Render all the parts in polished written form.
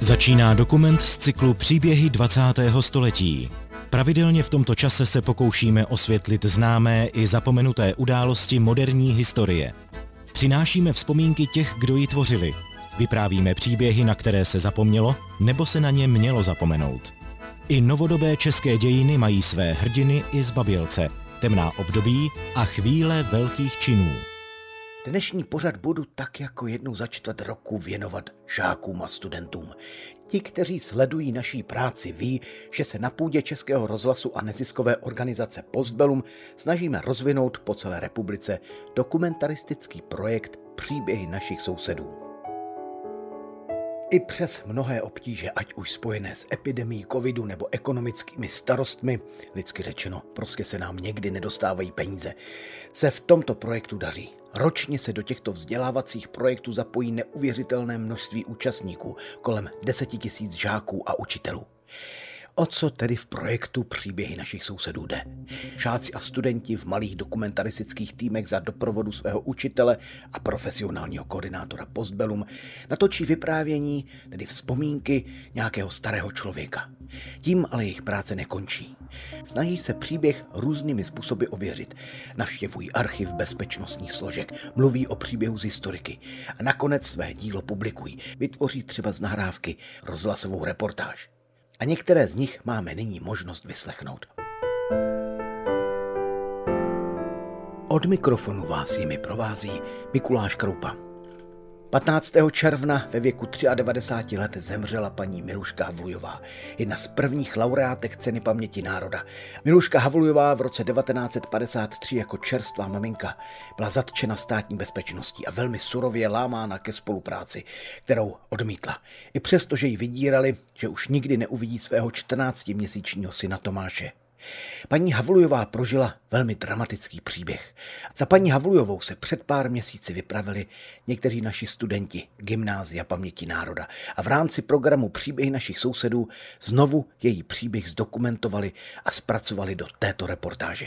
Začíná dokument z cyklu Příběhy 20. století. Pravidelně v tomto čase se pokoušíme osvětlit známé i zapomenuté události moderní historie. Přinášíme vzpomínky těch, kdo ji tvořili. Vyprávíme příběhy, na které se zapomnělo, nebo se na ně mělo zapomenout. I novodobé české dějiny mají své hrdiny i zbabělce, temná období a chvíle velkých činů. Dnešní pořad budu tak jako jednou za čtvrt roku věnovat žákům a studentům. Ti, kteří sledují naší práci, ví, že se na půdě Českého rozhlasu a neziskové organizace Postbellum snažíme rozvinout po celé republice dokumentaristický projekt Příběhy našich sousedů. I přes mnohé obtíže, ať už spojené s epidemií covidu nebo ekonomickými starostmi, lidsky řečeno, prostě se nám někdy nedostávají peníze, se v tomto projektu daří. Ročně se do těchto vzdělávacích projektů zapojí neuvěřitelné množství účastníků, kolem 10 000 žáků a učitelů. O co tedy v projektu Příběhy našich sousedů jde? Žáci a studenti v malých dokumentaristických týmech za doprovodu svého učitele a profesionálního koordinátora Postbellum natočí vyprávění, tedy vzpomínky nějakého starého člověka. Tím ale jejich práce nekončí. Snaží se příběh různými způsoby ověřit. Navštěvují archiv bezpečnostních složek, mluví o příběhu z historiky a nakonec své dílo publikují. Vytvoří třeba z nahrávky rozhlasovou reportáž. A některé z nich máme nyní možnost vyslechnout. Od mikrofonu vás jimi provází Mikuláš Kroupa. 15. června ve věku 93 let zemřela paní Miluška Havlujová, jedna z prvních laureátek Ceny paměti národa. Miluška Havlujová v roce 1953 jako čerstvá maminka byla zatčena státní bezpečností a velmi surově lámána ke spolupráci, kterou odmítla. I přesto, že ji vydírali, že už nikdy neuvidí svého 14měsíčního syna Tomáše. Paní Havlujová prožila velmi dramatický příběh. Za paní Havlujovou se před pár měsíci vypravili někteří naši studenti Gymnázia paměti národa a v rámci programu Příběhy našich sousedů znovu její příběh zdokumentovali a zpracovali do této reportáže.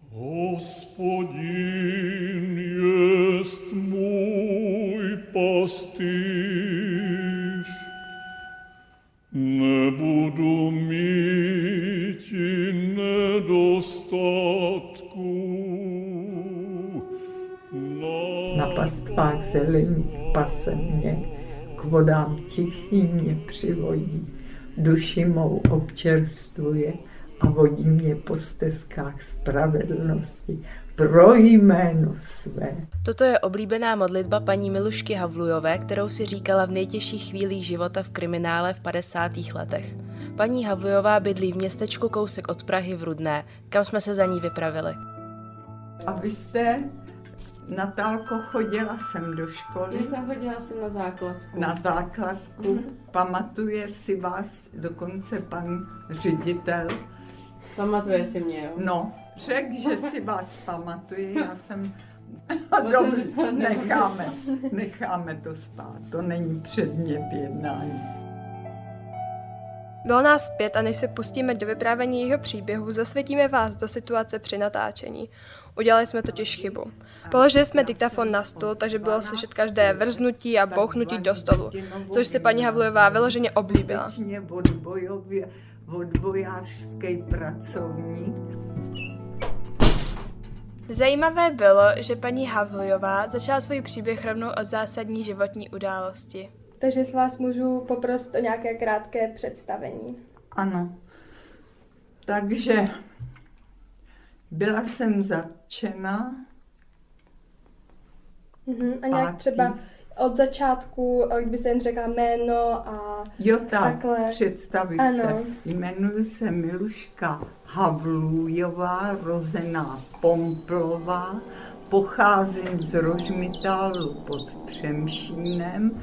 Hospodin jest můj pastýř, nebudu mít nedostatku. Na pastvách zelených pase mě, k vodám tichý mě přivodí, duši mou občerstvuje a vodí mě po stezkách spravedlnosti pro jméno své. Toto je oblíbená modlitba paní Milušky Havlujové, kterou si říkala v nejtěžších chvílích života v kriminále v 50. letech. Paní Havlujová bydlí v městečku kousek od Prahy v Rudné, kam jsme se za ní vypravili. A vy jste, Natálko, chodila jsem do školy? Chodila jsem na základku. Na základku. Pamatuje si vás dokonce pan ředitel? Pamatuje si mě, jo? No, řekl, že si vás pamatuje, já jsem... Dobře, necháme to spát, to není předmět jednání. Bylo nás 5 a než se pustíme do vyprávění jeho příběhu, zasvětíme vás do situace při natáčení. Udělali jsme totiž chybu. Položili jsme diktafon na stůl, takže bylo slyšet každé vrznutí a bouchnutí do stolu, což si paní Havlujová vyloženě oblíbila. Odbojářský pracovník. Zajímavé bylo, že paní Havlujová začala svůj příběh rovnou od zásadní životní události. Takže jestli vás můžu poprosit o nějaké krátké představení. Ano. Takže byla jsem zatčena. A nějak třeba od začátku, kdybyste jen řekla jméno a jo, tak, takhle. Představit se. Jmenuji se Miluška Havlujová, rozená Pomplová. Pocházím z Rožmitálu pod Třemšínem.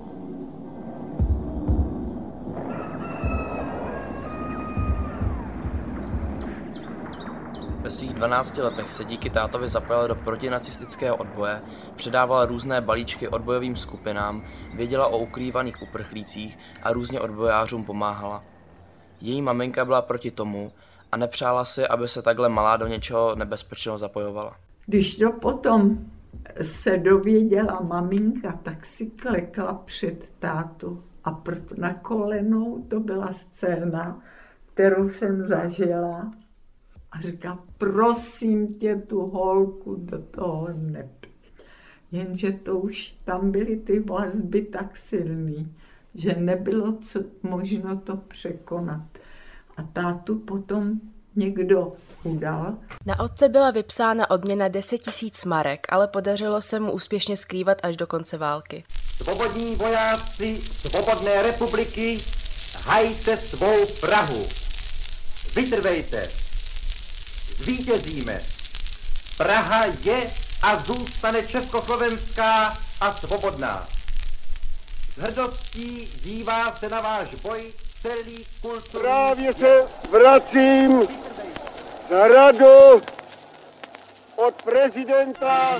Ve svých 12 letech se díky tátovi zapojila do protinacistického odboje, předávala různé balíčky odbojovým skupinám, věděla o ukrývaných uprchlících a různě odbojářům pomáhala. Její maminka byla proti tomu a nepřála si, aby se takhle malá do něčeho nebezpečného zapojovala. Když to potom se dověděla maminka, tak si klekla před tátu a na kolenou, to byla scéna, kterou jsem zažila. A říká, prosím tě, tu holku do toho nepít. Jenže to už tam byly ty vazby tak silný, že nebylo možno to překonat. A tátu potom někdo udal. Na otce byla vypsána odměna 10 000 marek, ale podařilo se mu úspěšně skrývat až do konce války. Svobodní vojáci svobodné republiky, hajte svou Prahu. Vytrvejte. Zvítězíme. Praha je a zůstane československá a svobodná. S hrdostí dívá se na váš boj celý kulturní... Právě se vracím za radu od prezidenta.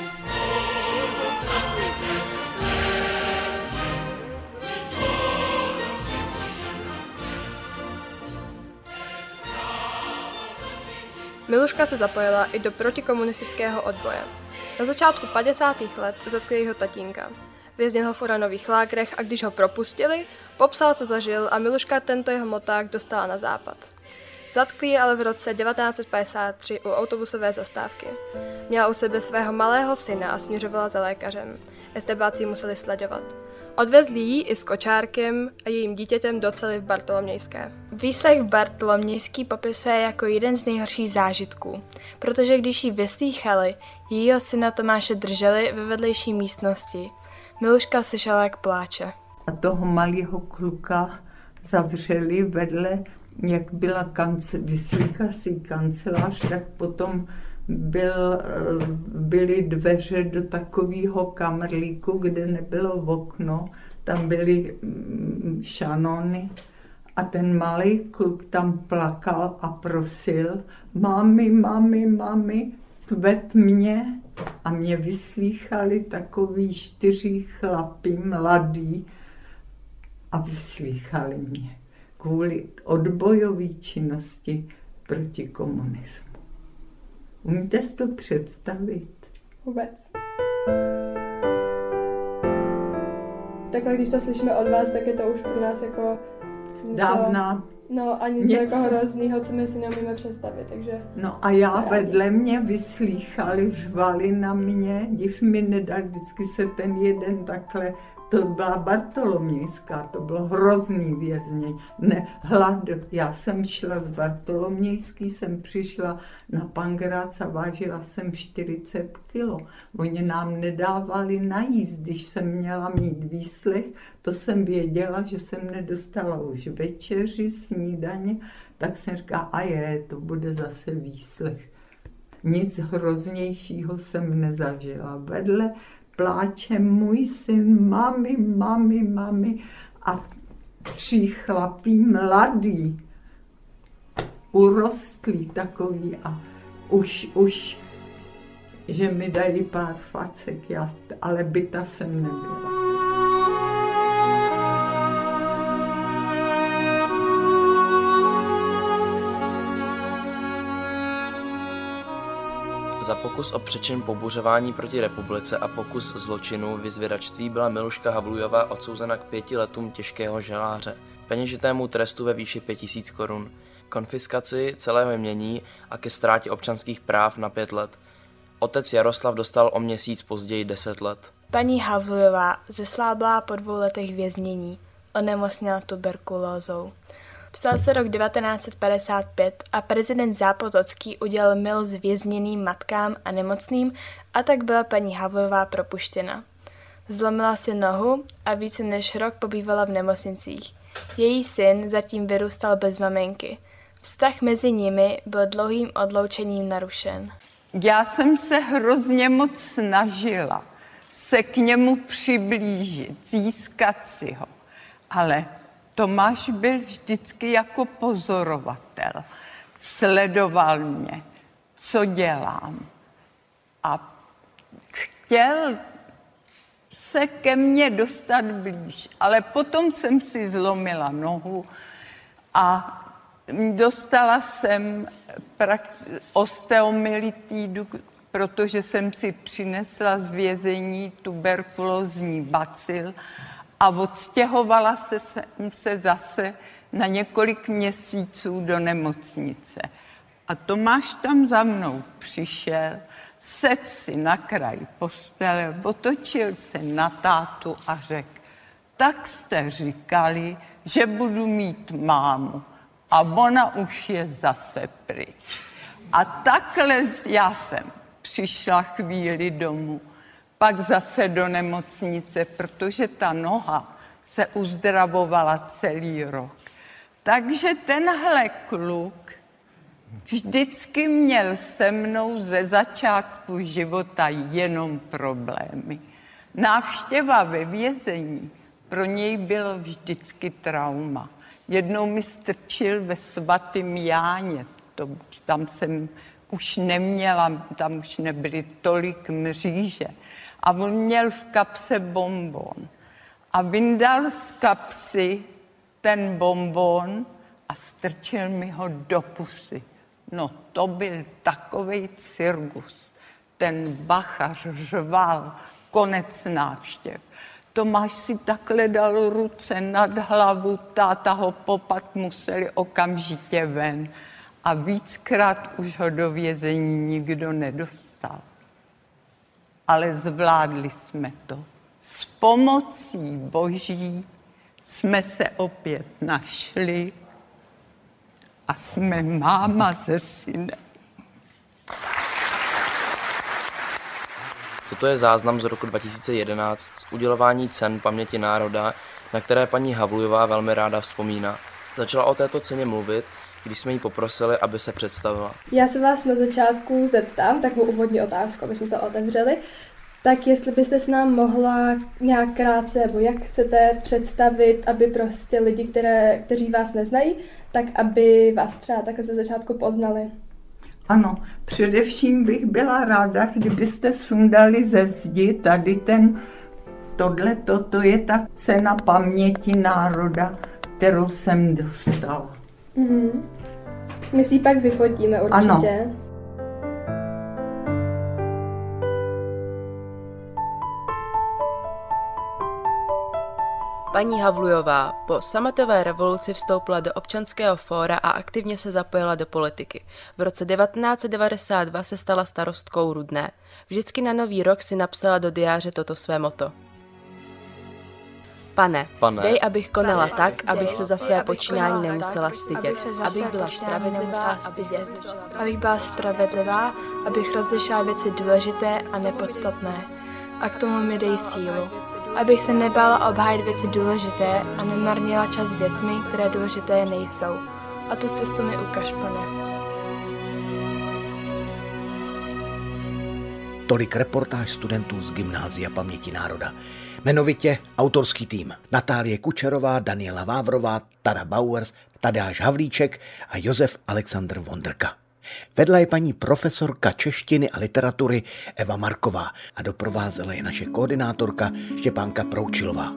Miluška se zapojila i do protikomunistického odboje. Na začátku 50. let zatkli jeho tatínka. Věznil ho v uranových lágrech a když ho propustili, popsal, co zažil a Miluška tento jeho moták dostala na západ. Zatkli ji ale v roce 1953 u autobusové zastávky. Měla u sebe svého malého syna a směřovala za lékařem. Estebáci ji museli sledovat. Odvezli ji i s kočárkem a jejím dítětem do cely v Bartolomějské. Výslech v Bartolomějský popisuje jako jeden z nejhorších zážitků, protože když ji vyslýchali, jejího syna Tomáše drželi ve vedlejší místnosti. Miluška slyšela, jak pláče. A toho malého kluka zavřeli vedle, jak byla vyslýchací kancelář, tak potom byly dveře do takového kamrlíku, kde nebylo okno, tam byly šanony a ten malý kluk tam plakal a prosil, mami, tved mě. A mě vyslýchali takový 4 chlapy mladí a vyslýchali mě kvůli odbojové činnosti proti komunismu. Umíte si to představit? Vůbec. Takhle, když to slyšíme od vás, tak je to už pro nás jako něco... Dávna. No a něco jako hroznýho, co my si neumíme představit, takže... No a já vedle mě vyslýchali, řvali na mě, když mi nedal vždycky se ten jeden takhle, to byla Bartolomějská, to bylo hrozný věznění, hlad. Já jsem šla z Bartolomějský, jsem přišla na Pangrác a vážila jsem 40 kilo. Oni nám nedávali najíst, když jsem měla mít výslech, to jsem věděla, že jsem nedostala už večeři, snídaně, tak jsem říkala, to bude zase výslech. Nic hroznějšího jsem nezažila. Vedle pláče můj syn, mami a 3 chlapí mladí, urostlí takový a už, že mi dají pár facek, ale byta jsem nebyla. Za pokus o přečin pobuřování proti republice a pokus zločinu vyzvědačství byla Miluška Havlujová odsouzena k 5 letům těžkého žaláře, peněžitému trestu ve výši 5 000 korun, konfiskaci celého jmění a ke ztrátě občanských práv na 5 let. Otec Jaroslav dostal o měsíc později 10 let. Paní Havlujová zeslábla po 2 letech věznění, onemocněla tuberkulózou. Psal se rok 1955 a prezident Zápotocký udělal milost vězněným matkám a nemocným a tak byla paní Havlujová propuštěna. Zlomila si nohu a více než rok pobývala v nemocnicích. Její syn zatím vyrůstal bez maminky. Vztah mezi nimi byl dlouhým odloučením narušen. Já jsem se hrozně moc snažila se k němu přiblížit, získat si ho, ale Tomáš byl vždycky jako pozorovatel. Sledoval mě, co dělám. A chtěl se ke mně dostat blíž. Ale potom jsem si zlomila nohu a dostala jsem osteomyelitídu, protože jsem si přinesla z vězení tuberkulózní bacil a odstěhovala jsem se zase na několik měsíců do nemocnice. A Tomáš tam za mnou přišel, sedl si na kraj postele, otočil se na tátu a řekl, tak jste říkali, že budu mít mámu a ona už je zase pryč. A takhle já jsem přišla chvíli domů, pak zase do nemocnice, protože ta noha se uzdravovala celý rok. Takže tenhle kluk vždycky měl se mnou ze začátku života jenom problémy. Návštěva ve vězení pro něj bylo vždycky trauma. Jednou mi strčil ve Svatým Jáně, tam jsem už neměla, tam už nebyly tolik mříže. A on měl v kapse bonbon. A vyndal z kapsy ten bonbon a strčil mi ho do pusy. No to byl takovej cirkus. Ten bachař řval, konec návštěv. Tomáš si takhle dal ruce nad hlavu, táta ho popat, museli okamžitě ven. A víckrát už ho do vězení nikdo nedostal. Ale zvládli jsme to. S pomocí Boží jsme se opět našli a jsme máma se synem. Toto je záznam z roku 2011 z udělování cen paměti národa, na které paní Havlujová velmi ráda vzpomíná. Začala o této ceně mluvit, když jsme jí poprosili, aby se představila. Já se vás na začátku zeptám, takovou úvodní otázku, aby jsme to otevřeli. Tak jestli byste s nám mohla nějak krátce, nebo jak chcete představit, aby prostě lidi, kteří vás neznají, tak aby vás třeba takhle ze začátku poznali. Ano, především bych byla ráda, kdybyste sundali ze zdi tady to je ta cena paměti národa, kterou jsem dostala. My si ji pak vyfotíme určitě. Ano. Paní Havlujová po sametové revoluci vstoupila do občanského fóra a aktivně se zapojila do politiky. V roce 1992 se stala starostkou Rudné. Vždycky na Nový rok si napsala do diáře toto své motto. Pane, dej, abych konala tak, abych se za své počínání nemusela stydět, abych byla spravedlivá, abych byla spravedlivá, abych rozlišila věci důležité a nepodstatné. A k tomu mi dej sílu. Abych se nebála obhájit věci důležité a nemarnila čas s věcmi, které důležité nejsou. A tu cestu mi ukaž, Pane. Tolik reportáž studentů z Gymnázia paměti národa. Jmenovitě autorský tým Natálie Kučerová, Daniela Vávrová, Tara Bauers, Tadeáš Havlíček a Josef Alexandr Vondrka. Vedla je paní profesorka češtiny a literatury Eva Marková a doprovázela je naše koordinátorka Štěpánka Proučilová.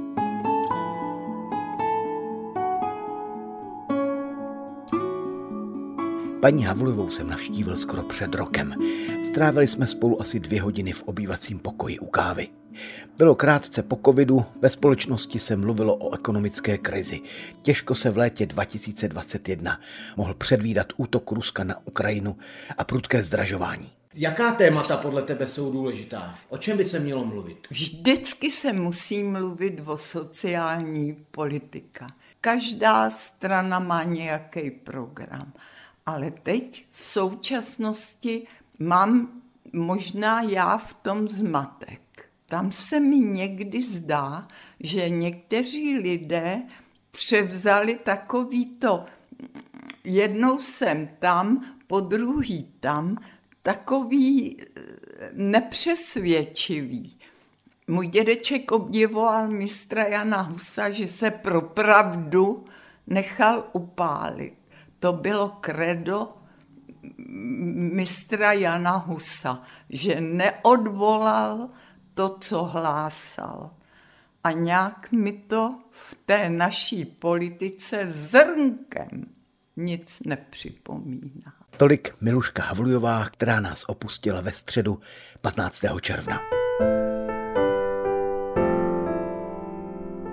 Paní Havlujovou jsem navštívil skoro před rokem. Strávili jsme spolu asi 2 hodiny v obývacím pokoji u kávy. Bylo krátce po covidu, ve společnosti se mluvilo o ekonomické krizi. Těžko se v létě 2021 mohl předvídat útok Ruska na Ukrajinu a prudké zdražování. Jaká témata podle tebe jsou důležitá? O čem by se mělo mluvit? Vždycky se musí mluvit o sociální politika. Každá strana má nějaký program. Ale teď v současnosti mám možná já v tom zmatek. Tam se mi někdy zdá, že někteří lidé převzali takovýto, jednou jsem tam, podruhý tam, takový nepřesvědčivý. Můj dědeček obdivoval mistra Jana Husa, že se pro pravdu nechal upálit. To bylo kredo mistra Jana Husa, že neodvolal to, co hlásal. A nějak mi to v té naší politice zrnkem nic nepřipomíná. Tolik Miluška Havlujová, která nás opustila ve středu 15. června.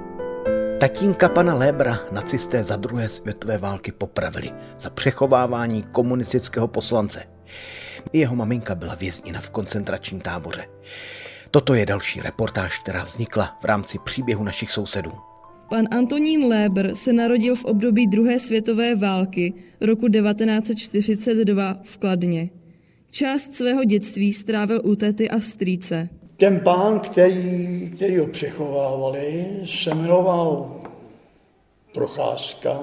Tatínka pana Lébra nacisté za druhé světové války popravili za přechovávání komunistického poslance. Jeho maminka byla vězněna v koncentračním táboře. Toto je další reportáž, která vznikla v rámci příběhu našich sousedů. Pan Antonín Lébr se narodil v období druhé světové války roku 1942 v Kladně. Část svého dětství strávil u tety a strýce. Ten pán, který ho přechovávali, se jmenoval Procházka.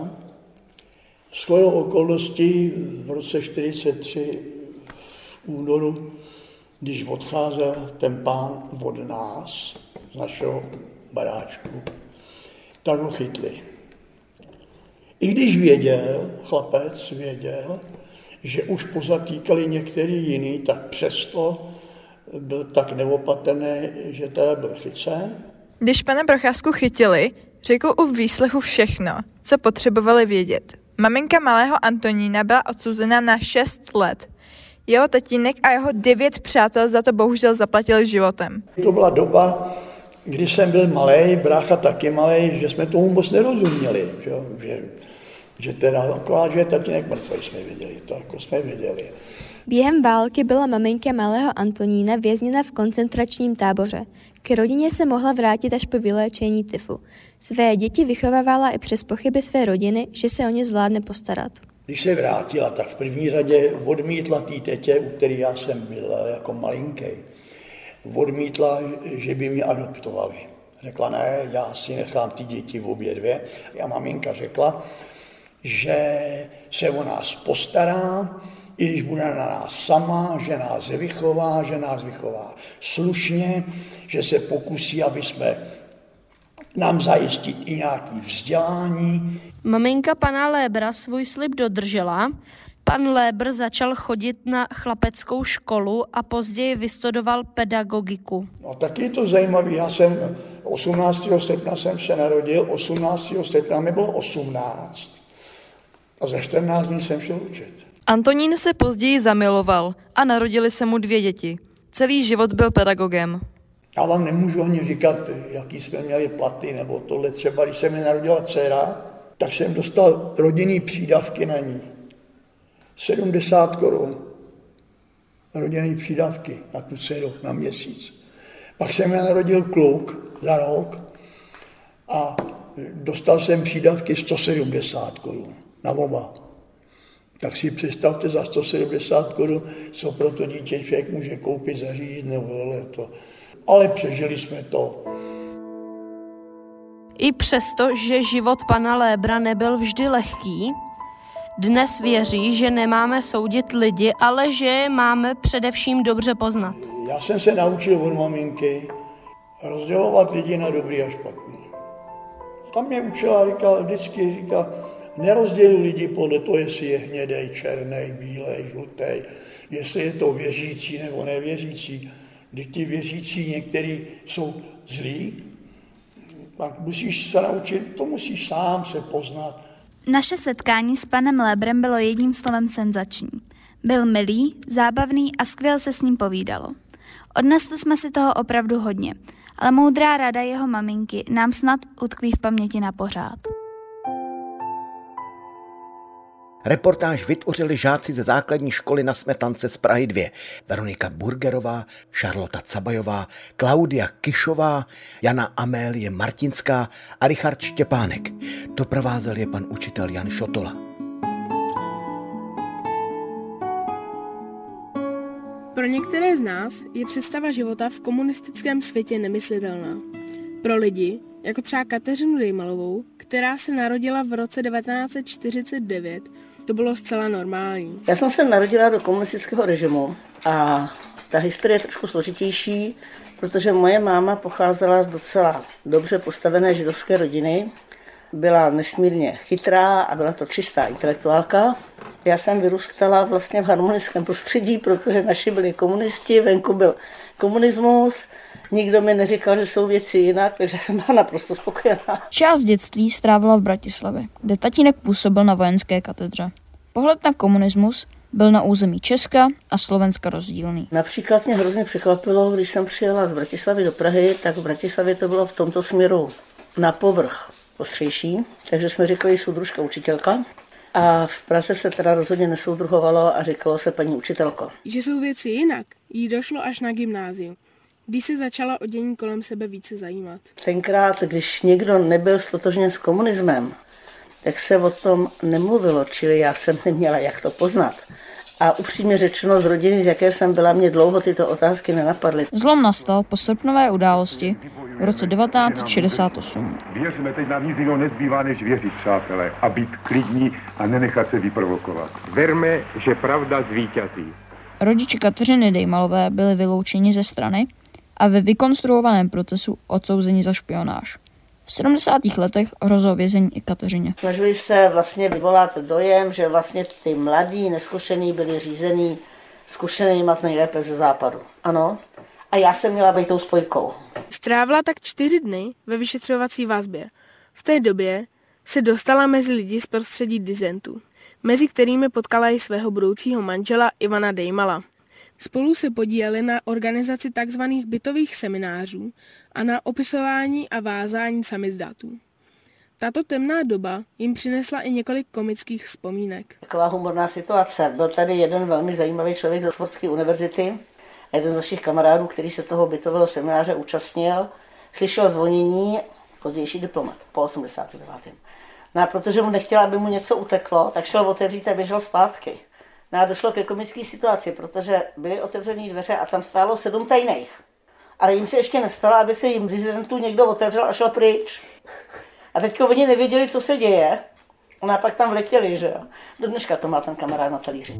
Shodou okolností v roce 1943 v únoru, když odcházel ten pán od nás, z našeho baráčku, tak ho chytli. I když chlapec věděl, že už pozatýkali některý jiný, tak přesto byl tak neopatrný, že teda byl chycen. Když pana Procházku chytili, řekl u výslechu všechno, co potřebovali vědět. Maminka malého Antonína byla odsouzena na 6 let. Jeho tatínek a jeho 9 přátel za to bohužel zaplatili životem. To byla doba, kdy jsem byl malej, brácha taky malej, že jsme tomu moc nerozuměli. Že teda akorát, že je tatínek mrtvý, jsme věděli, to jako jsme věděli. Během války byla maminka malého Antonína vězněna v koncentračním táboře. K rodině se mohla vrátit až po vyléčení tyfu. Své děti vychovávala i přes pochyby své rodiny, že se o ně zvládne postarat. Když se vrátila, tak v první řadě odmítla té tetě, u který já jsem byl jako malinký. Odmítla, že by mě adoptovali. Řekla, ne, já si nechám ty děti obě dvě. A maminka řekla, že se o nás postará, i když bude na nás sama, že nás vychová slušně, že se pokusí, aby jsme nám zajistit i nějaké vzdělání. Maminka pana Lébra svůj slib dodržela. Pan Lébr začal chodit na chlapeckou školu a později vystudoval pedagogiku. No taky je to zajímavé. Já jsem 18. srpna jsem se narodil, 18. srpna mi bylo 18. A za 14 dní jsem šel učit. Antonín se později zamiloval a narodili se mu 2 děti. Celý život byl pedagogem. Já vám nemůžu ani říkat, jaký jsme měli platy nebo tohle. Třeba když se mi narodila dcera, tak jsem dostal rodinný přídavky na ní. 70 korun. Rodinný přídavky na tu dceru na měsíc. Pak se mi narodil kluk za rok a dostal jsem přídavky 170 korun na oba. Tak si představte, za 170 korun, co pro to dítě člověk může koupit, zařídit nebo to. Ale přežili jsme to. I přesto, že život pana Lébra nebyl vždy lehký, dnes věří, že nemáme soudit lidi, ale že je máme především dobře poznat. Já jsem se naučil od maminky rozdělovat lidi na dobrý a špatný. Tam mě učila, vždycky říká, nerozděluji lidi podle toho, jestli je hnědej, černej, bílej, žlutej, jestli je to věřící nebo nevěřící. Když ti věřící někteří jsou zlí, tak musíš se naučit, to musíš sám se poznat. Naše setkání s panem Lébrem bylo jedním slovem senzační. Byl milý, zábavný a skvěle se s ním povídalo. Odnesli jsme si toho opravdu hodně, ale moudrá rada jeho maminky nám snad utkví v paměti na pořád. Reportáž vytvořili žáci ze základní školy na Smetance z Prahy 2. Veronika Burgerová, Šarlota Cabajová, Klaudia Kišová, Jana Amélie Martinská a Richard Štěpánek. Doprovázel je pan učitel Jan Šotola. Pro některé z nás je představa života v komunistickém světě nemyslitelná. Pro lidi, jako třeba Kateřinu Dejmalovou, která se narodila v roce 1949, to bylo zcela normální. Já jsem se narodila do komunistického režimu a ta historie je trošku složitější, protože moje máma pocházela z docela dobře postavené židovské rodiny. Byla nesmírně chytrá a byla to čistá intelektuálka. Já jsem vyrůstala vlastně v harmonickém prostředí, protože naši byli komunisti, venku byl komunismus. Nikdo mi neříkal, že jsou věci jinak, takže jsem byla naprosto spokojená. Část dětství strávila v Bratislavě, kde tatínek působil na vojenské katedře. Pohled na komunismus byl na území Česka a Slovenska rozdílný. Například mě hrozně překvapilo, když jsem přijela z Bratislavy do Prahy, tak v Bratislavě to bylo v tomto směru na povrch ostřejší, takže jsme říkali soudružka učitelka. A v Praze se teda rozhodně nesoudruhovalo a říkalo se paní učitelko. Že jsou věci jinak, jí došlo až na gymnáziu, když se začala o dění kolem sebe více zajímat. Tenkrát, když někdo nebyl stotožněn s komunismem, tak se o tom nemluvilo, čili já jsem neměla jak to poznat. A upřímně řečeno, z rodiny, z jaké jsem byla, mě dlouho tyto otázky nenapadly. Zlom nastal po srpnové události v roce 1968. Věřme, teď nám nic jiného nezbývá, než věřit, přátelé, a být klidní a nenechat se vyprovokovat. Věřme, že pravda zvítězí. Rodiče Kateřiny Dejmalové byli vyloučeni ze strany a ve vykonstruovaném procesu odsouzeni za špionáž. V 70. letech hrozilo vězení i Kateřině. Snažili se vlastně vyvolat dojem, že vlastně ty mladí, neskušení byli řízený zkušenýma nejlépe ze západu. Ano. A já jsem měla být tou spojkou. Strávila tak 4 dny ve vyšetřovací vazbě. V té době se dostala mezi lidi z prostředí disentů, mezi kterými potkala i svého budoucího manžela Ivana Dejmala. Spolu se podíleli na organizaci tzv. Bytových seminářů a na opisování a vázání samizdatů. Tato temná doba jim přinesla i několik komických vzpomínek. Taková humorná situace. Byl tady jeden velmi zajímavý člověk z Oxfordské univerzity, jeden z našich kamarádů, který se toho bytového semináře účastnil, slyšel zvonění, pozdější diplomat, po 89. No a protože mu nechtěla, aby mu něco uteklo, tak šel otevřít a běžel zpátky. No a došlo ke komické situaci, protože byly otevřené dveře a tam stálo 7 tajných. Ale jim se ještě nestalo, aby se jim dizidentů někdo otevřel a šel pryč. A teďko oni nevěděli, co se děje. No a pak tam vletěli, že jo. Do dneška to má ten kamarád na talíři.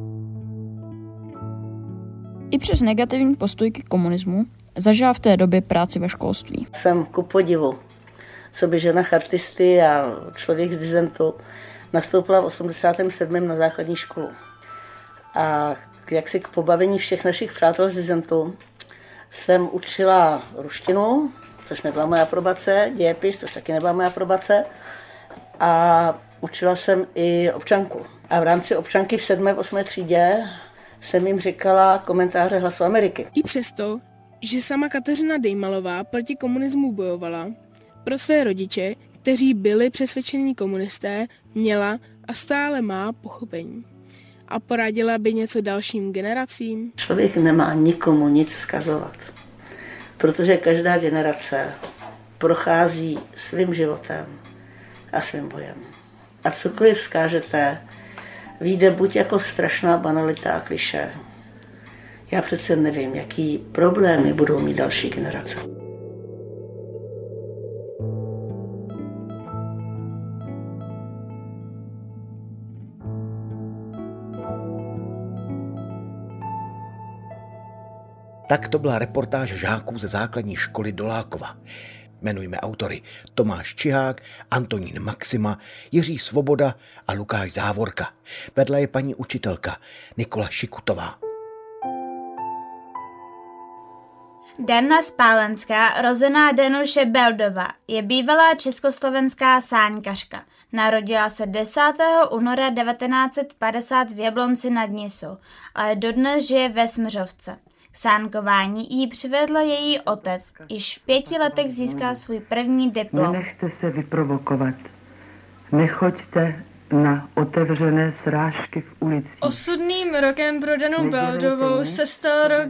I přes negativní postoj k komunismu zažila v té době práci ve školství. Jsem ku podivu, co by žena chartisty a člověk z dizentu nastoupila v 87. na základní školu. A jaksi k pobavení všech našich přátel z dizentu jsem učila ruštinu, což nebyla moje aprobace, dějepis, což taky nebyla moje aprobace, a učila jsem i občanku. A v rámci občanky v 7. 8. třídě jsem jim říkala komentáře Hlasu Ameriky. I přesto, že sama Kateřina Dejmalová proti komunismu bojovala, pro své rodiče, kteří byli přesvědčení komunisté, měla a stále má pochopení. A poradila by něco dalším generacím? Člověk nemá nikomu nic vzkazovat, protože každá generace prochází svým životem a svým bojem. A cokoliv vzkážete, vyjde buď jako strašná banalita a klišé. Já přece nevím, jaký problémy budou mít další generace. Tak to byla reportáž žáků ze základní školy Dolákova. Jmenujme autory: Tomáš Čihák, Antonín Maxima, Jiří Svoboda a Lukáš Závorka. Vedle je paní učitelka Nikola Šikutová. Dana Spálenská, rozená Danuše Beldová, je bývalá československá sáňkařka. Narodila se 10. února 1950 v Jablonci nad Nisou, ale dodnes žije ve Smřovce. K sánkování jí přivedl její otec. Již v 5 letech získal svůj první diplom. Nenechte se vyprovokovat. Nechoďte na otevřené srážky v ulici. Osudným rokem pro Danu Beldovou se stal rok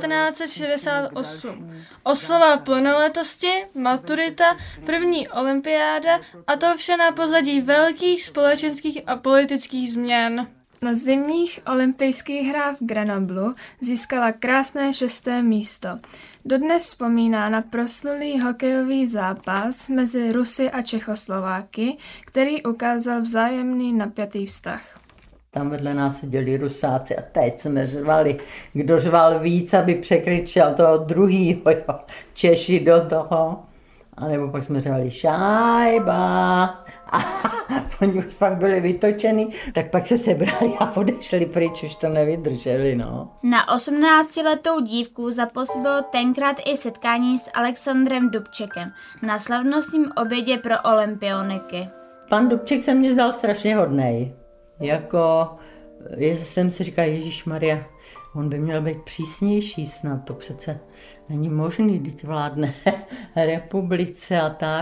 1968. Oslava plnoletosti, maturita, první olympiáda a to vše na pozadí velkých společenských a politických změn. Na zimních olympijských hrách v Grenoblu získala krásné 6. místo. Dodnes vzpomíná na proslulý hokejový zápas mezi Rusy a Čechoslováky, který ukázal vzájemný napjatý vztah. Tam vedle nás seděli Rusáci a teď jsme řvali, kdo řval víc, aby překřičel toho druhýho, jo. Češi do toho. A nebo pak jsme řvali šajba. A oni už pak byli vytočený, tak pak se sebrali a odešli pryč, už to nevydrželi, no. Na 18letou dívku zapůsobilo tenkrát i setkání s Alexandrem Dubčekem na slavnostním obědě pro olympioniky. Pan Dubček se mně zdal strašně hodnej. Jako, jsem si říkal, Ježišmarja, on by měl být přísnější snad, to přece není možný, když vládne republice a tak.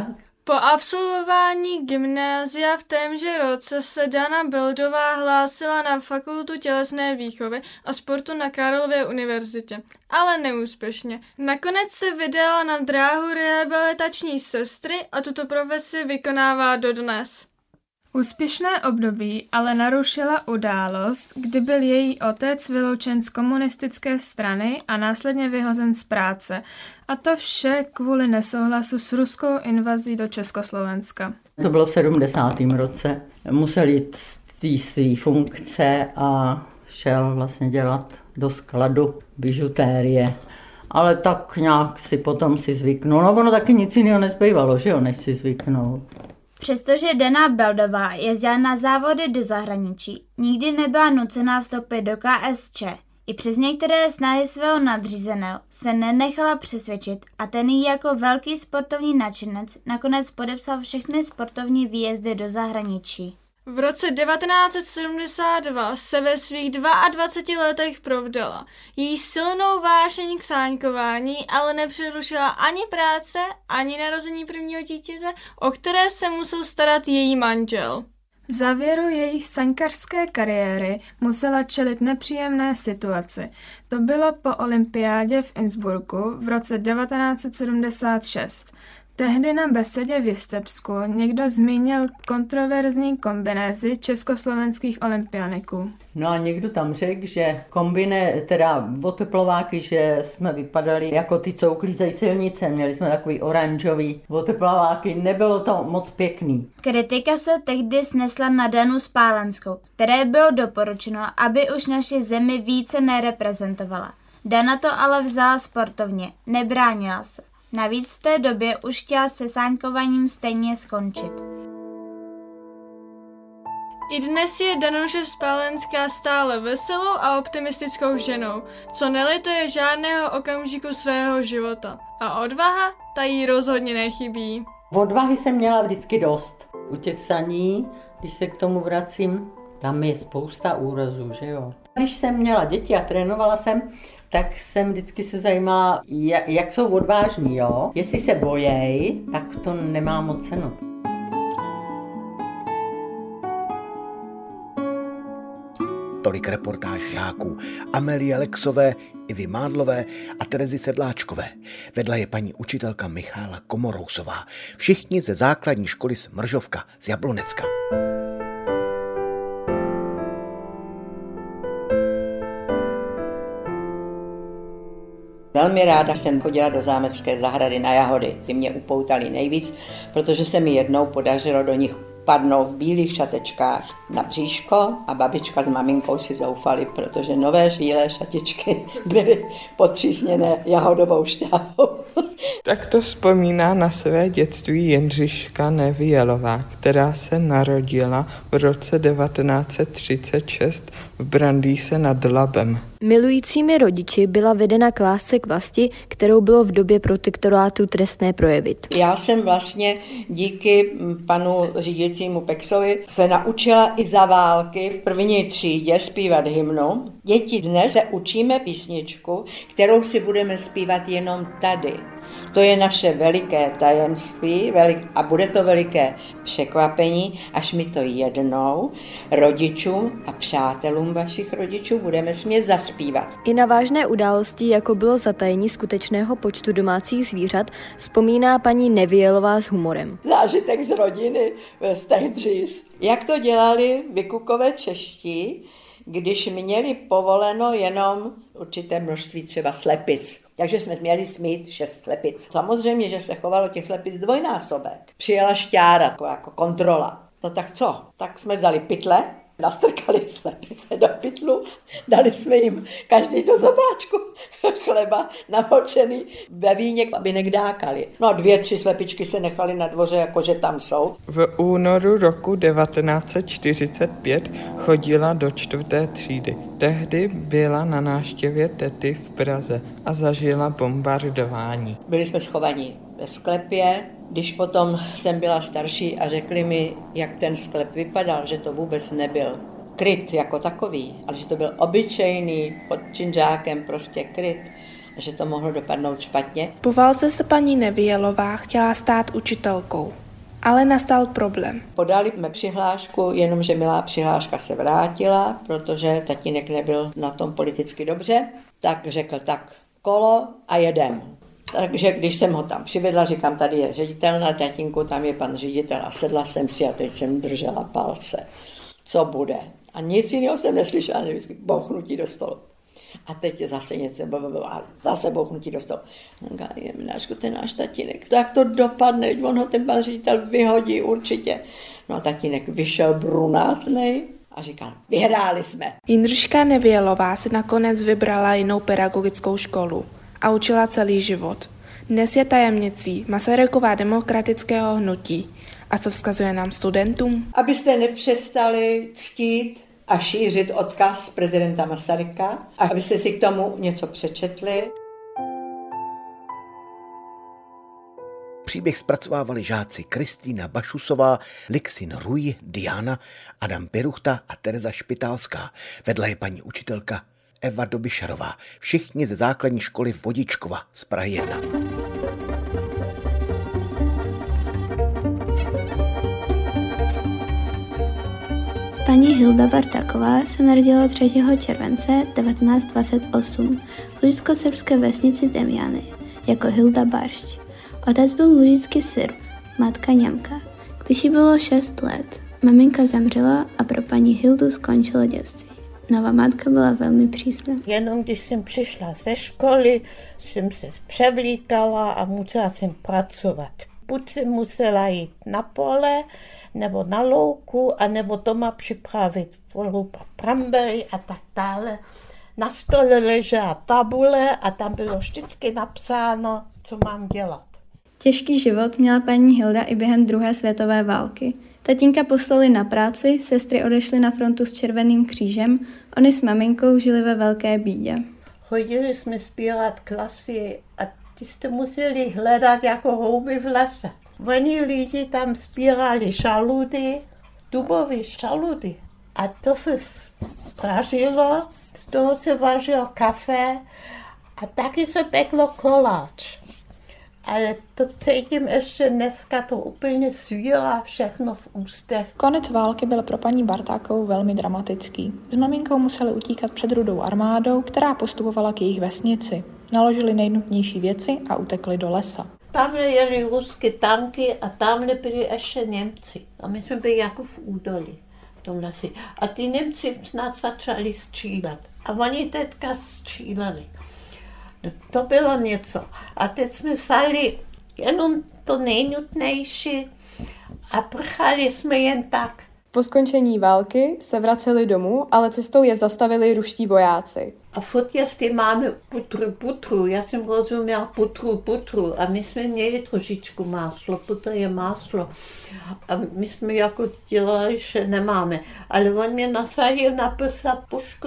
Po absolvování gymnázia v témže roce se Dana Bildová hlásila na Fakultu tělesné výchovy a sportu na Karlově univerzitě, ale neúspěšně. Nakonec se vydala na dráhu rehabilitační sestry a tuto profesi vykonává dodnes. Úspěšné období ale narušila událost, kdy byl její otec vyloučen z komunistické strany a následně vyhozen z práce. A to vše kvůli nesouhlasu s ruskou invazí do Československa. To bylo v 70. roce. Musel jít z té své funkce a šel vlastně dělat do skladu bižutérie. Ale tak nějak si potom zvyknul. No ono taky nic jiného nezbývalo, že jo, než si zvyknout. Přestože Dana Bildová jezdila na závody do zahraničí, nikdy nebyla nucená vstoupit do KSČ. I přes některé snahy svého nadřízeného se nenechala přesvědčit a ten jí jako velký sportovní nadšenec nakonec podepsal všechny sportovní výjezdy do zahraničí. V roce 1972 se ve svých 22 letech provdala. Její silnou vášeň k sáňkování ale nepřerušila ani práce, ani narození prvního dítěte, o které se musel starat její manžel. V závěru její saňkařské kariéry musela čelit nepříjemné situaci. To bylo po olympiádě v Innsbrucku v roce 1976. Tehdy na besedě v Jistebsku někdo zmínil kontroverzní kombinézy československých olympioniků. No a někdo tam řekl, že oteplováky, že jsme vypadali jako ty, co uklízejí silnice. Měli jsme takový oranžový oteplováky, nebylo to moc pěkný. Kritika se tehdy snesla na Danu Spálenskou, které bylo doporučeno, aby už naši zemi více nereprezentovala. Dana to ale vzala sportovně, nebránila se. Navíc v té době už chtěla se sáňkováním stejně skončit. I dnes je Danuše Spálenská stále veselou a optimistickou ženou, co nelituje žádného okamžiku svého života. A odvaha, ta jí rozhodně nechybí. Odvahy jsem měla vždycky dost. U těch saní, když se k tomu vracím, tam je spousta úrazů, že jo. Když jsem měla děti a trénovala jsem, tak jsem vždycky se zajímala, jak jsou odvážní, jo. Jestli se bojejí, tak to nemá moc cenu. Tolik reportáž žáků Amelie Lexové, Ivy Mádlové a Terezy Sedláčkové. Vedla je paní učitelka Michála Komorousová. Všichni ze základní školy Smržovka z Jablonecka. Velmi ráda jsem chodila do zámecké zahrady na jahody. Ty mě upoutaly nejvíc, protože se mi jednou podařilo do nich padnout v bílých šatečkách na bříško a babička s maminkou si zoufali, protože nové bílé šatičky byly potřísněné jahodovou šťávou. Tak to vzpomíná na své dětství Jindřiška Nevielová, která se narodila v roce 1936 v Brandýse nad Labem. Milujícími rodiči byla vedena k lásce k vlasti, kterou bylo v době protektorátu trestné projevit. Já jsem vlastně díky panu řídícímu Pexovi se naučila i za války v první třídě zpívat hymnu. Děti, dnes se učíme písničku, kterou si budeme zpívat jenom tady. To je naše veliké tajemství a bude to veliké překvapení, až mi to jednou rodičům a přátelům vašich rodičů budeme smět zaspívat. I na vážné události, jako bylo zatajení skutečného počtu domácích zvířat, vzpomíná paní Nevielová s humorem. Zážitek z rodiny ve Stehdříz. Jak to dělali vykukové čeští, když měli povoleno jenom určité množství třeba slepic. Takže jsme měli smít 6 slepic. Samozřejmě, že se chovalo těch slepic dvojnásobek. Přijela šťára, jako kontrola. No tak co? Tak jsme vzali pytle, nastrkali slepice do pytlu, dali jsme jim každý do zobáčku chleba namočený ve víně, aby nekdákali. No a 2-3 slepičky se nechaly na dvoře, jakože tam jsou. V únoru roku 1945 chodila do 4. třídy. Tehdy byla na návštěvě tety v Praze a zažila bombardování. Byli jsme schovaní ve sklepě. Když potom jsem byla starší a řekli mi, jak ten sklep vypadal, že to vůbec nebyl kryt jako takový, ale že to byl obyčejný pod činžákem prostě kryt, a že to mohlo dopadnout špatně. Po válce se paní Nevielová chtěla stát učitelkou. Ale nastal problém. Podali jsme přihlášku, jenomže milá přihláška se vrátila, protože tatínek nebyl na tom politicky dobře, tak řekl tak kolo a jedem. Takže když jsem ho tam přivedla, říkám, tady je ředitel na tatínku, tam je pan ředitel a sedla jsem si a teď jsem držela palce. Co bude? A nic jiného jsem neslyšela, než bouchnutí do stolu. A teď je zase něco, a zase bouchnutí do stolu. Jemnáčku, ten náš tatínek, tak to dopadne, on ho ten pan ředitel vyhodí určitě. No a tatínek vyšel brunátnej a říkal, vyhráli jsme. Jindřiška Nevielová si nakonec vybrala jinou pedagogickou školu a učila celý život. Dnes je tajemnicí Masarykova demokratického hnutí. A co vzkazuje nám studentům? Abyste nepřestali ctít a šířit odkaz prezidenta Masaryka, a abyste si k tomu něco přečetli. Příběh zpracovávali žáci Kristýna Bašusová, Lixin Ruj, Diana, Adam Piruchta a Tereza Špitálská. Vedla je paní učitelka Eva Dobišarová. Všichni ze základní školy Vodičkova z Prahy 1. Paní Hilda Bartáková se narodila 3. července 1928 v lužickosrbské vesnici Demjany jako Hilda Baršť. Otec byl lužický Srb, matka Němka. Když jí bylo 6 let, maminka zemřela a pro paní Hildu skončilo dětství. Nová matka byla velmi přísná. Jenom když jsem přišla ze školy, jsem se převlíkala a musela jsem pracovat. Buď jsem musela jít na pole, nebo na louku, anebo doma připravit loupat brambory a tak dále. Na stole ležela tabule a tam bylo vždycky napsáno, co mám dělat. Těžký život měla paní Hilda i během druhé světové války. Tatínka poslali na práci, sestry odešly na frontu s Červeným křížem, oni s maminkou žili ve velké bídě. Chodili jsme sbírat klasy a ty jste museli hledat jako houby v lese. Oni lidi tam sbírali žaludy, dubové žaludy. A to se pražilo, z toho se vařilo kafe a taky se peklo koláč. Ale to cítím ještě dneska, to úplně svírá všechno v ústech. Konec války byl pro paní Bartákovou velmi dramatický. S maminkou museli utíkat před Rudou armádou, která postupovala k jejich vesnici. Naložili nejnutnější věci a utekli do lesa. Tamhle jeli ruské tanky a tamhle byli ještě Němci. A my jsme byli jako v údolí v tom lesi. A ty Němci nás začali střílet. A oni teďka stříleli. To bylo něco. A teď jsme vzali jenom to nejnutnější a prchali jsme jen tak. Po skončení války se vraceli domů, ale cestou je zastavili ruští vojáci. A furt jestli máme putru, já jsem rozuměla putru a my jsme měli trošičku máslo, putr je máslo. A my jsme jako dělali, že nemáme. Ale on mě nasadil na prsa pušku.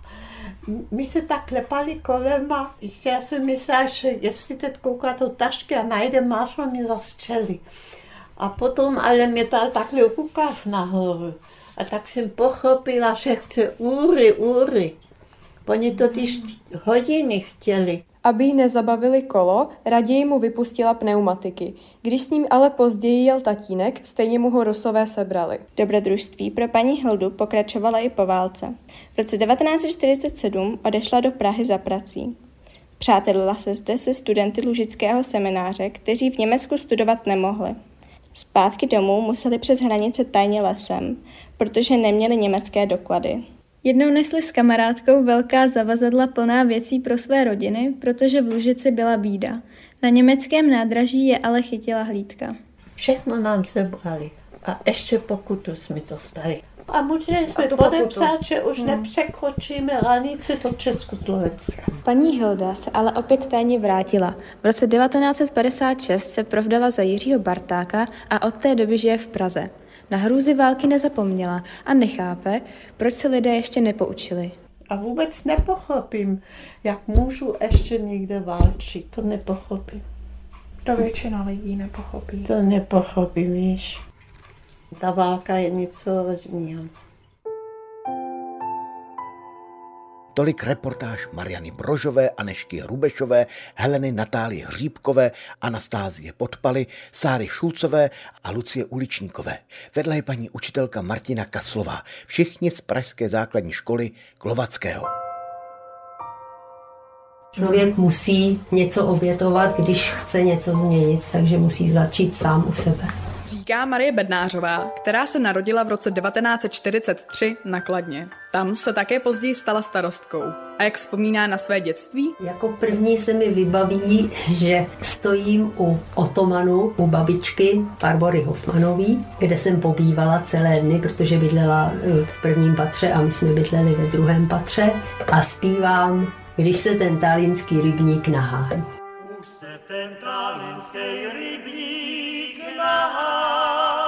My se tak klepali kolema, já jsem myslela, že jestli teď kouká do tašky a najde máslo, mě zastřelí. A potom ale mě dal takhle rukav nahoru. A tak jsem pochopila, že chce úry. Oni totiž hodiny chtěli. Aby jí nezabavili kolo, raději mu vypustila pneumatiky. Když s ním ale později jel tatínek, stejně mu ho Rusové sebrali. Dobrodružství pro paní Hildu pokračovala i po válce. V roce 1947 odešla do Prahy za prací. Přátelila se zde se studenty lužického semináře, kteří v Německu studovat nemohli. Zpátky domů museli přes hranice tajně lesem, protože neměli německé doklady. Jednou nesli s kamarádkou velká zavazadla plná věcí pro své rodiny, protože v Lužici byla bída. Na německém nádraží je ale chytila hlídka. Všechno nám sebrali a ještě pokutu jsme dostali. A museli jsme podepsat, že už nepřekročíme hranici do Československa. Paní Hilda se ale opět tajně vrátila. V roce 1956 se provdala za Jiřího Bartáka a od té doby žije v Praze. Na hrůzy války nezapomněla a nechápe, proč se lidé ještě nepoučili. A vůbec nepochopím, jak můžu ještě někde válčit. To nepochopím. To většina lidí nepochopí. To nepochopím, víš. Ta válka je něco jiného. Tolik reportáž Mariany Brožové, Anežky Hrubešové, Heleny Natálie Hříbkové, Anastázie Podpaly, Sáry Šulcové a Lucie Uličníkové. Vedle je paní učitelka Martina Kaslová. Všichni z pražské základní školy Glovackého. Člověk musí něco obětovat, když chce něco změnit, takže musí začít sám u sebe. Říká Marie Bednářová, která se narodila v roce 1943 na Kladně. Tam se také později stala starostkou. A jak vzpomíná na své dětství? Jako první se mi vybaví, že stojím u otomanu, u babičky Barbory Hofmanový, kde jsem pobývala celé dny, protože bydlela v prvním patře a my jsme bydleli ve druhém patře a zpívám Když se ten talínský rybník nahání. Už se ten talínský rybník nahání.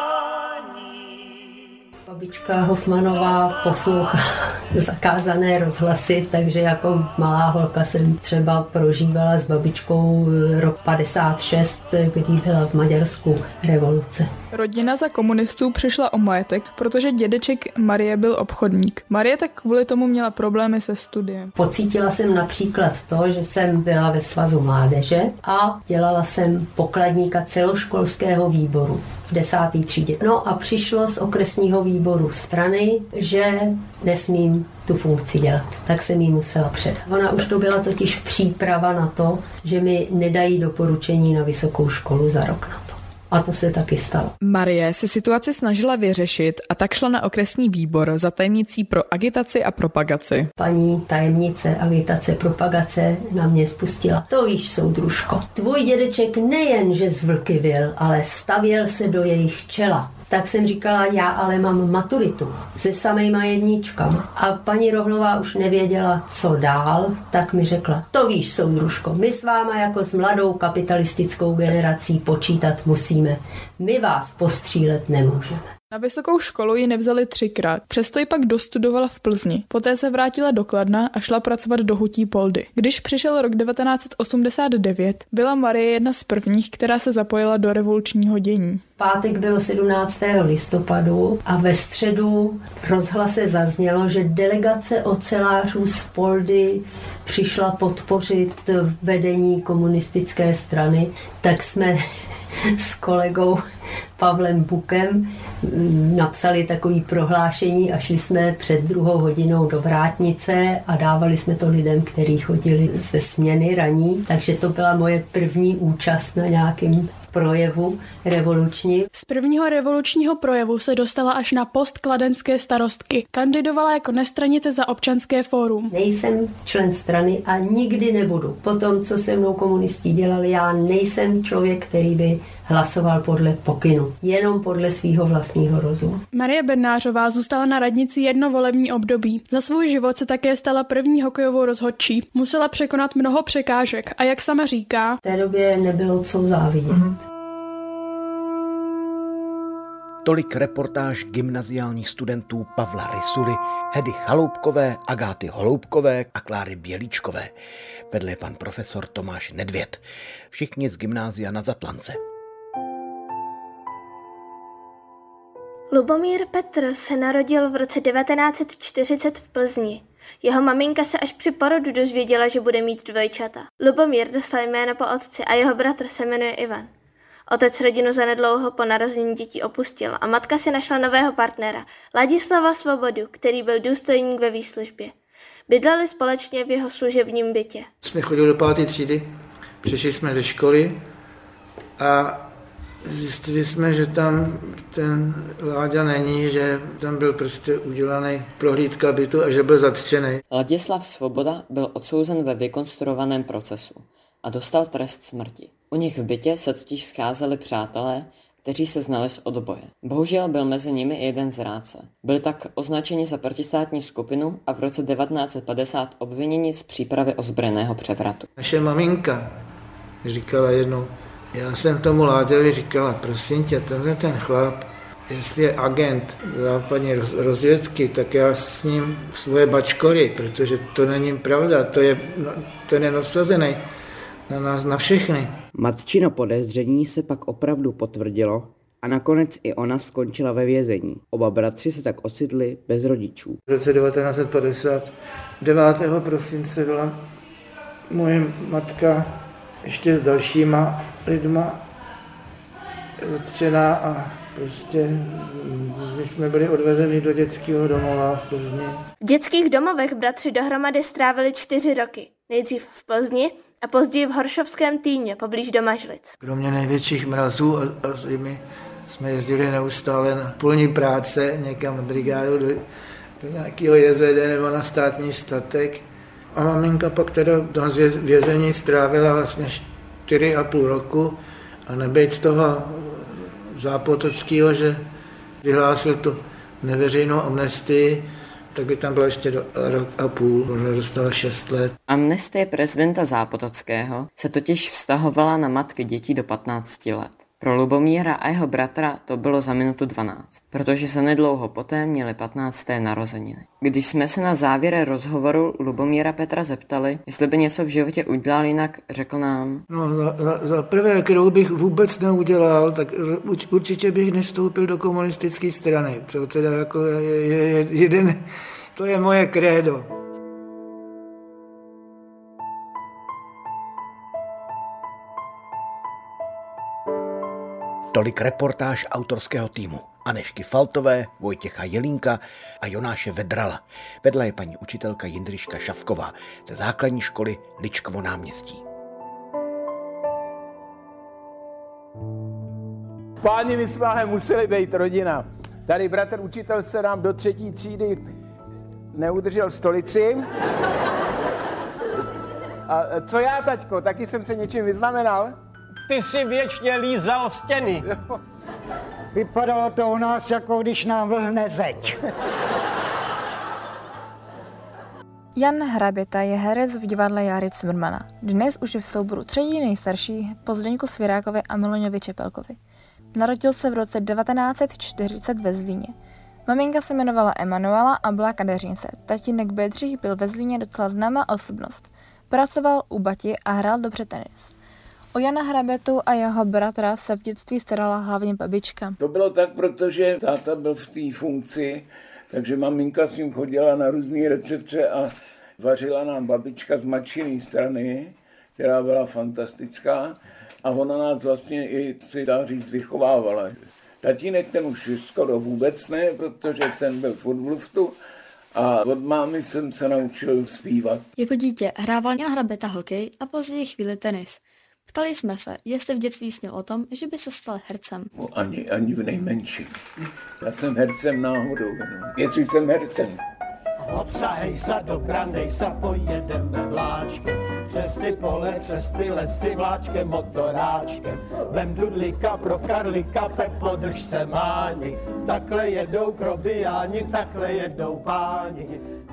Babička Hofmanová poslouchala zakázané rozhlasy, takže jako malá holka jsem třeba prožívala s babičkou rok 56, kdy byla v Maďarsku revoluce. Rodina za komunistů přišla o majetek, protože dědeček Marie byl obchodník. Marie tak kvůli tomu měla problémy se studiem. Pocítila jsem například to, že jsem byla ve Svazu mládeže a dělala jsem pokladníka celoškolského výboru v 10. třídě. No a přišlo z okresního výboru strany, že nesmím tu funkci dělat, tak jsem jí musela předat. Ona už to byla totiž příprava na to, že mi nedají doporučení na vysokou školu za rok na to. A to se taky stalo. Marie se situaci snažila vyřešit a tak šla na okresní výbor za tajemnicí pro agitaci a propagaci. Paní tajemnice agitace propagace na mě spustila. To víš, soudružko, tvůj dědeček nejen, že zvlkyvil, ale stavěl se do jejich čela. Tak jsem říkala, já ale mám maturitu se samejma jedničkama. A paní Rohlová už nevěděla, co dál, tak mi řekla, to víš, soudružko, my s váma jako s mladou kapitalistickou generací počítat musíme. My vás postřílet nemůžeme. Na vysokou školu ji nevzali 3krát, přesto ji pak dostudovala v Plzni. Poté se vrátila do Kladna a šla pracovat do Hutí Poldy. Když přišel rok 1989, byla Marie jedna z prvních, která se zapojila do revolučního dění. Pátek bylo 17. listopadu a ve středu v rozhlase zaznělo, že delegace ocelářů z Poldy přišla podpořit vedení komunistické strany, tak jsme s kolegou Pavlem Bukem napsali takový prohlášení a šli jsme před 2. hodinou do vrátnice a dávali jsme to lidem, kteří chodili ze směny raní, takže to byla moje první účast na nějakém projevu revoluční. Z prvního revolučního projevu se dostala až na post kladenské starostky. Kandidovala jako nestranice za Občanské fórum. Nejsem člen strany a nikdy nebudu. Po tom, co se mnou komunisti dělali, já nejsem člověk, který by hlasoval podle pokynu, jenom podle svého vlastního rozumu. Marie Bednářová zůstala na radnici jedno volební období. Za svůj život se také stala první hokejovou rozhodčí. Musela překonat mnoho překážek a jak sama říká, v té době nebylo co závidět. Tolik reportáž gymnaziálních studentů Pavla Rysuly, Hedy Chaloupkové, Agáty Holoubkové a Kláry Bělíčkové. Vedle je pan profesor Tomáš Nedvěd. Všichni z gymnázia na Zatlance. Lubomír Petr se narodil v roce 1940 v Plzni. Jeho maminka se až při porodu dozvěděla, že bude mít dvojčata. Lubomír dostal jméno po otci a jeho bratr se jmenuje Ivan. Otec rodinu zanedlouho po narození dětí opustil a matka si našla nového partnera, Ladislava Svobodu, který byl důstojník ve výslužbě. Bydleli společně v jeho služebním bytě. Jsme chodili do 5. třídy, přišli jsme ze školy a zjistili jsme, že tam ten Láďa není, že tam byl prostě udělaný prohlídka bytu a že byl zatčený. Ladislav Svoboda byl odsouzen ve vykonstruovaném procesu a dostal trest smrti. U nich v bytě se totiž scházeli přátelé, kteří se znali z odboje. Bohužel byl mezi nimi i jeden zrádce. Byli tak označeni za protistátní skupinu a v roce 1950 obviněni z přípravy ozbrojeného převratu. Naše maminka říkala jednou, já jsem tomu Láďovi říkala, prosím tě, tenhle ten chlap, jestli je agent západní rozvědky, tak já s ním svoje bačkory, protože to není pravda, ten je nasazený na nás, na všechny. Matčino podezření se pak opravdu potvrdilo a nakonec i ona skončila ve vězení. Oba bratři se tak ocitli bez rodičů. V roce 1959. prosince byla moje matka ještě s dalšíma lidma zatčená a prostě my jsme byli odvezeni do dětského domova v Plzni. V dětských domovech bratři dohromady strávili 4 roky. Nejdřív v Plzni a později v Horšovském Týně, poblíž Domažlic. Kromě největších mrazů a zimy jsme jezdili neustále na polní práce, někam na brigádu do nějakého JZD nebo na státní statek. A maminka pak teda do vězení strávila vlastně 4,5 roku a nebejt toho Zápotockého, že vyhlásil tu neveřejnou amnestii, tak by tam byla ještě rok a půl, možná dostala 6 let. Amnestie prezidenta Zápotockého se totiž vztahovala na matky dětí do 15 let. Pro Lubomíra a jeho bratra to bylo za minutu 12, protože se nedlouho poté měli 15. narozeniny. Když jsme se na závěr rozhovoru Lubomíra Petra zeptali, jestli by něco v životě udělal jinak, řekl nám: No, za prvé, kterou bych vůbec neudělal, tak určitě bych nestoupil do komunistické strany. To teda jako je jeden, to je moje krédo. Tolik reportáž autorského týmu Anežky Faltové, Vojtěcha Jelínka a Jonáše Vedrala. Vedla je paní učitelka Jindřiška Šavková ze základní školy Ličkovo náměstí. Páni, my jsme ale museli být rodina. Tady bratr učitel se nám do 3. třídy neudržel stolici. A co já, taťko, taky jsem se něčím vyznamenal? Ty jsi věčně lízal stěny. Vypadalo to u nás, jako když nám vlhne zeď. Jan Hraběta je herec v divadle Járy Cimrmana. Dnes už je v souboru 3. nejstarší po Zdeňku Svěrákovi a Miloňovi Čepelkovi. Narodil se v roce 1940 ve Zlíně. Maminka se jmenovala Emanuela a byla kadeřnice. Tatínek Bedřich byl ve Zlíně docela známá osobnost. Pracoval u bati a hrál dobře tenis. O Jana Hrabětu a jeho bratra se v dětství starala hlavně babička. To bylo tak, protože táta byl v té funkci, takže maminka s ním chodila na různé recepce a vařila nám babička z matčiné strany, která byla fantastická a ona nás vlastně i, si dá říct, vychovávala. Tatínek ten už skoro vůbec ne, protože ten byl furt v luftu a od mámy jsem se naučil zpívat. Jako dítě hrával Jan Hraběta hokej a později chvíli tenis. Ptali jsme se, jestli v dětství snil o tom, že by se stal hercem. Ani v nejmenším. Já jsem hercem náhodou. Jestli jsem hercem. Obsahej se, dobrandej se, pojedeme vláčkem. Přes ty pole, přes ty lesy, vláčkem, motoráčkem. Vem dudlíka pro Karlíka, Pepo, drž se máni. Takhle jedou krobiáni, takhle jedou páni.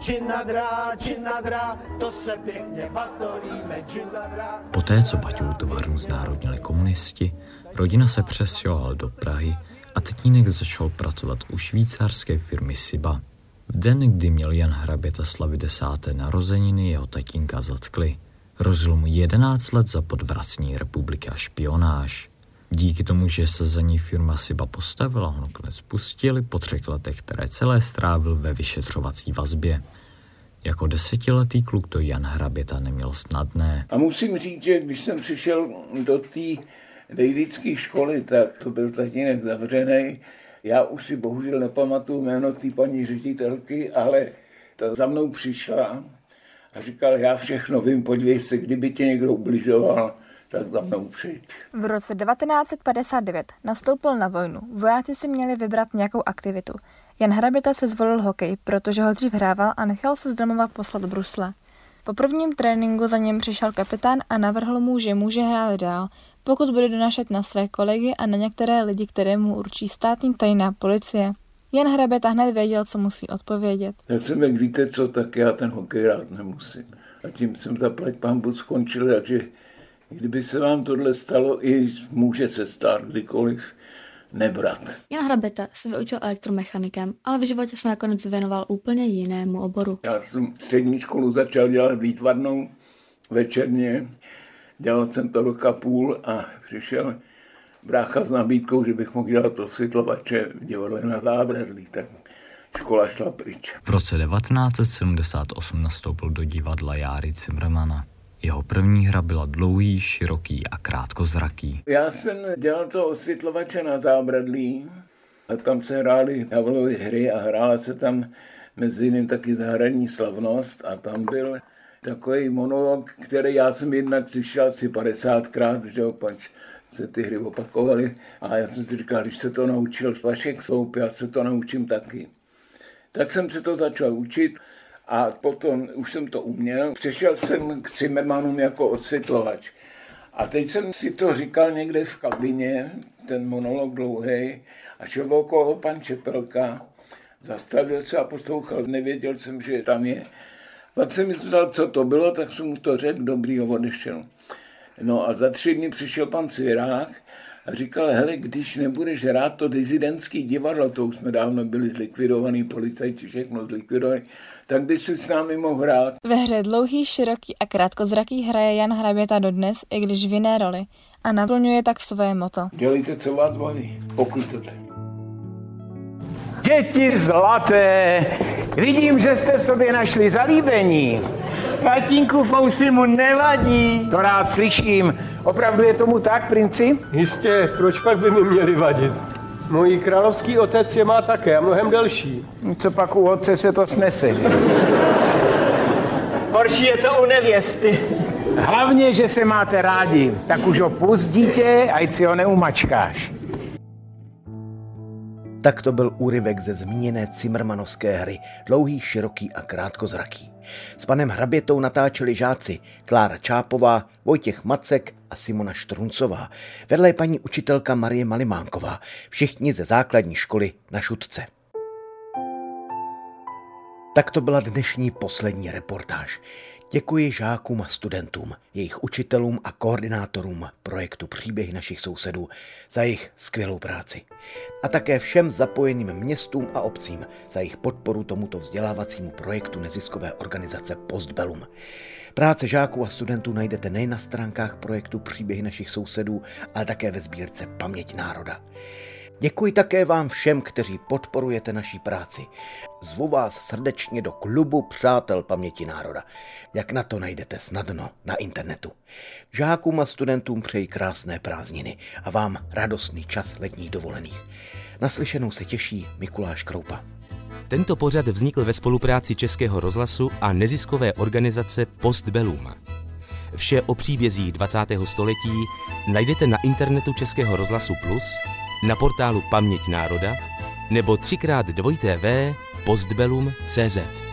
Činadrá, to se pěkně batolíme, činadrá. Poté, co Baťovu továrnu znárodnili komunisti, rodina se přestěhovala do Prahy a tatínek začal pracovat u švýcarské firmy Siba. V den, kdy měl Jan Hraběta slavit 10. narozeniny, jeho tatínka zatkli. Hrozilo mu 11 let za podvracení republiky a špionáž. Díky tomu, že se za ní firma Siba postavila, ho nakonec pustili po 3 letech, které celé strávil ve vyšetřovací vazbě. Jako 10letý kluk to Jan Hraběta neměl snadné. A musím říct, že když jsem přišel do té davidské školy, tak to byl tatínek zavřený. Já už si bohužel nepamatuju jméno té paní ředitelky, ale ta za mnou přišla a říkal, já všechno vím, podívej se, kdyby tě někdo ubližoval, tak za mnou přijď. V roce 1959 nastoupil na vojnu. Vojáci si měli vybrat nějakou aktivitu. Jan Hraběta si zvolil hokej, protože ho dřív hrával a nechal se z domova poslat brusle. Po prvním tréninku za něm přišel kapitán a navrhl mu, že může hrát dál, pokud bude donášet na své kolegy a na některé lidi, které mu určí státní tajná policie. Jan Hraběta hned věděl, co musí odpovědět. Jak jsem, jak víte co, tak já ten hokej rád nemusím. A tím jsem zaplať pánbůh skončil, takže kdyby se vám tohle stalo, i může se stát kdykoliv, nebrat. Jan Hraběta se vyučil elektromechanikem, ale v životě se nakonec věnoval úplně jinému oboru. Já jsem střední školu začal dělat výtvarnou večerně. Dělal jsem to 1,5 roku a přišel brácha s nabídkou, že bych mohl dělat osvětlovače v divadle na Zábradlí, tak škola šla pryč. V roce 1978 nastoupil do divadla Járy Cimrmana. Jeho první hra byla Dlouhý, široký a krátkozraký. Já jsem dělal to osvětlovače na Zábradlí a tam se hrály Havlovy hry a hrála se tam mezi jiným taky Zahradní slavnost a tam byl takový monolog, který já jsem jednak slyšel asi 50krát, že opač se ty hry opakovaly a já jsem si říkal, když se to naučil Vašek Sloup, já se to naučím taky. Tak jsem se to začal učit a potom už jsem to uměl. Přešel jsem k Cimrmanům jako osvětlovač. A teď jsem si to říkal někde v kabině, ten monolog dlouhý, a šel okolo pan Čepelka, zastavil se a poslouchal, nevěděl jsem, že tam je. Pak jsem myslel, co to bylo, tak jsem mu to řekl, dobrý, odešel. No a za 3 dny přišel pan Cvirák a říkal, hele, když nebudeš hrát to dizidentský divadlo, to už jsme dávno byli zlikvidovaný, policajti všechno zlikvidovaný, tak když jsi s námi mohl hrát. Ve hře Dlouhý, široký a krátkozraký hraje Jan Hraběta dodnes, i když v jiné roli, a naplňuje tak svoje motto. Dělejte, co vás baví, pokud to jde. Děti zlaté, vidím, že jste v sobě našli zalíbení. Tatínku fousy mu nevadí. To rád slyším. Opravdu je tomu tak, princi? Jistě, proč pak by mi měli vadit? Můj královský otec je má také a mnohem delší. Co pak u otce se to snese? Horší je to u nevěsty. Hlavně, že se máte rádi. Tak už ho pust, dítě, ať si ho neumačkáš. Tak to byl úryvek ze zmíněné cimrmanovské hry Dlouhý, široký a krátkozraký. S panem Hrabětou natáčeli žáci Klára Čápová, Vojtěch Macek a Simona Štruncová. Vedle paní učitelka Marie Malimánková, všichni ze základní školy na Šutce. Tak to byla dnešní poslední reportáž. Děkuji žákům a studentům, jejich učitelům a koordinátorům projektu Příběhy našich sousedů za jejich skvělou práci. A také všem zapojeným městům a obcím za jejich podporu tomuto vzdělávacímu projektu neziskové organizace Postbellum. Práce žáků a studentů najdete nejen na stránkách projektu Příběhy našich sousedů, ale také ve sbírce Paměť národa. Děkuji také vám všem, kteří podporujete naší práci. Zvu vás srdečně do klubu Přátel paměti národa. Jak na to najdete snadno na internetu. Žákům a studentům přeji krásné prázdniny a vám radostný čas letních dovolených. Naslyšenou se těší Mikuláš Kroupa. Tento pořad vznikl ve spolupráci Českého rozhlasu a neziskové organizace Postbellum. Vše o příbězích 20. století najdete na internetu Českého rozhlasu Plus, na portálu Paměť národa nebo 3x2tv postbellum.cz.